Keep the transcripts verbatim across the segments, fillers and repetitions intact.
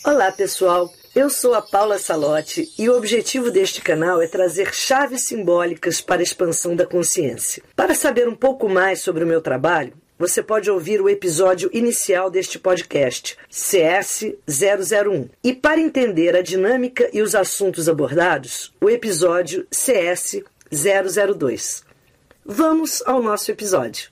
Olá pessoal, eu sou a Paula Salotti e o objetivo deste canal é trazer chaves simbólicas para a expansão da consciência. Para saber um pouco mais sobre o meu trabalho, você pode ouvir o episódio inicial deste podcast, C S zero zero um. E para entender a dinâmica e os assuntos abordados, o episódio C S zero zero dois. Vamos ao nosso episódio.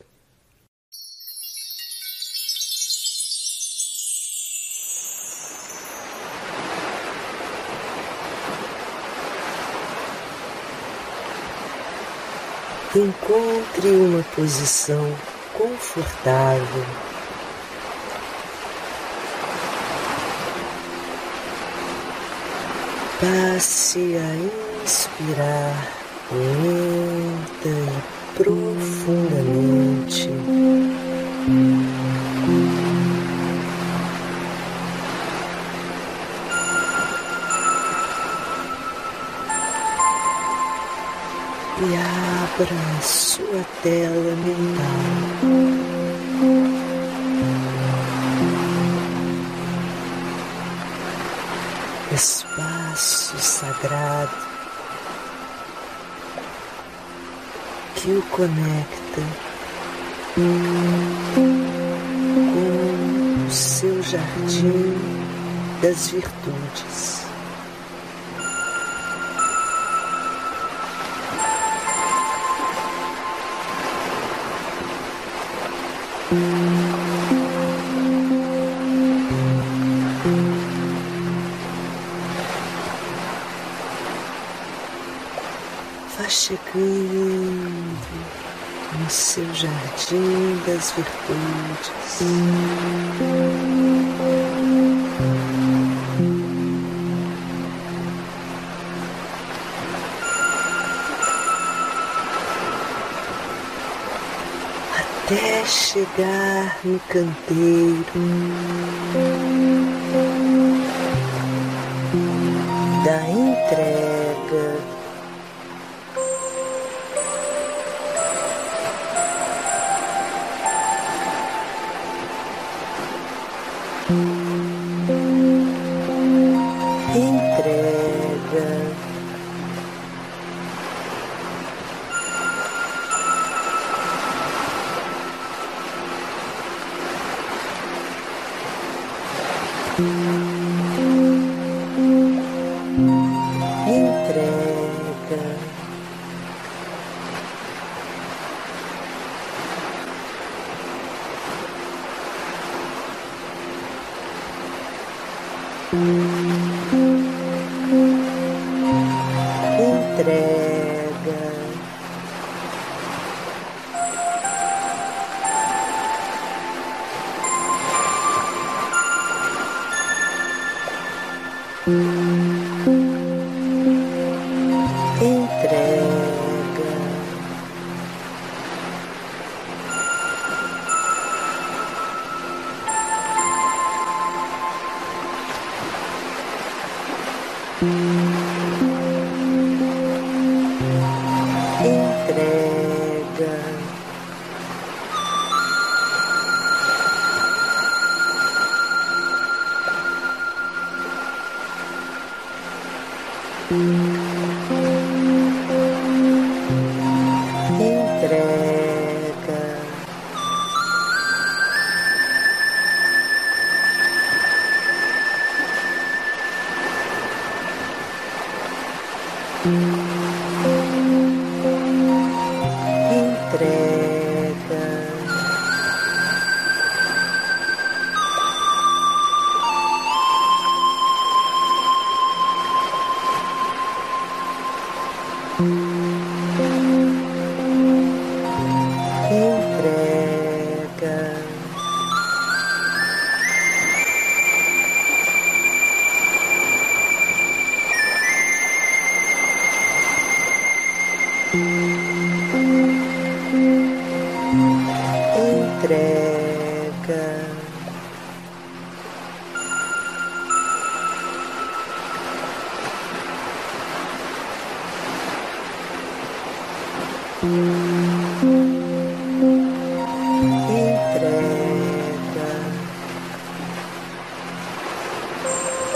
Encontre uma posição confortável. Passe a inspirar lenta e profundamente. E abra a sua tela mental. Espaço sagrado que o conecta com o seu jardim das virtudes. Vá chegando no seu jardim das virtudes. Até chegar no canteiro da entrega. Entrega. Entrega. Entrega. Entrega. Entrega. Entrega. Entrega. Entrega. Entrega. Entrega.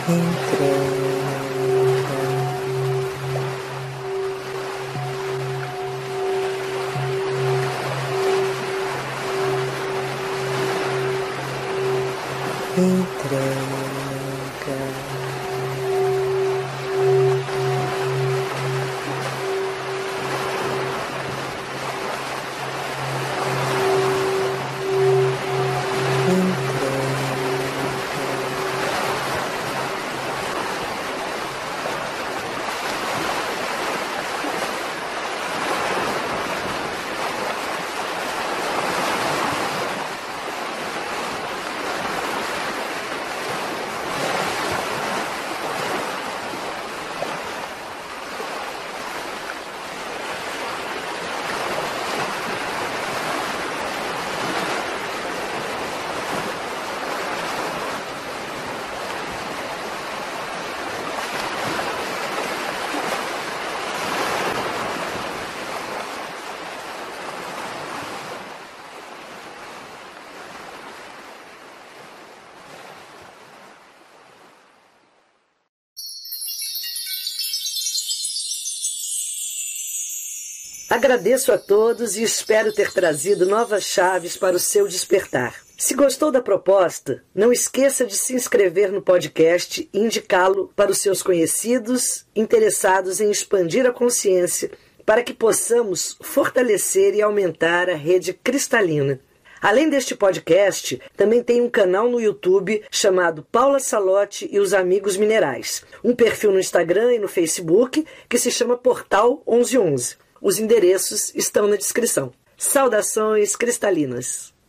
entrega. Entrega. Agradeço a todos e espero ter trazido novas chaves para o seu despertar. Se gostou da proposta, não esqueça de se inscrever no podcast e indicá-lo para os seus conhecidos interessados em expandir a consciência para que possamos fortalecer e aumentar a rede cristalina. Além deste podcast, também tem um canal no YouTube chamado Paula Salotti e os Amigos Minerais, um perfil no Instagram e no Facebook que se chama Portal onze onze. Os endereços estão na descrição. Saudações cristalinas!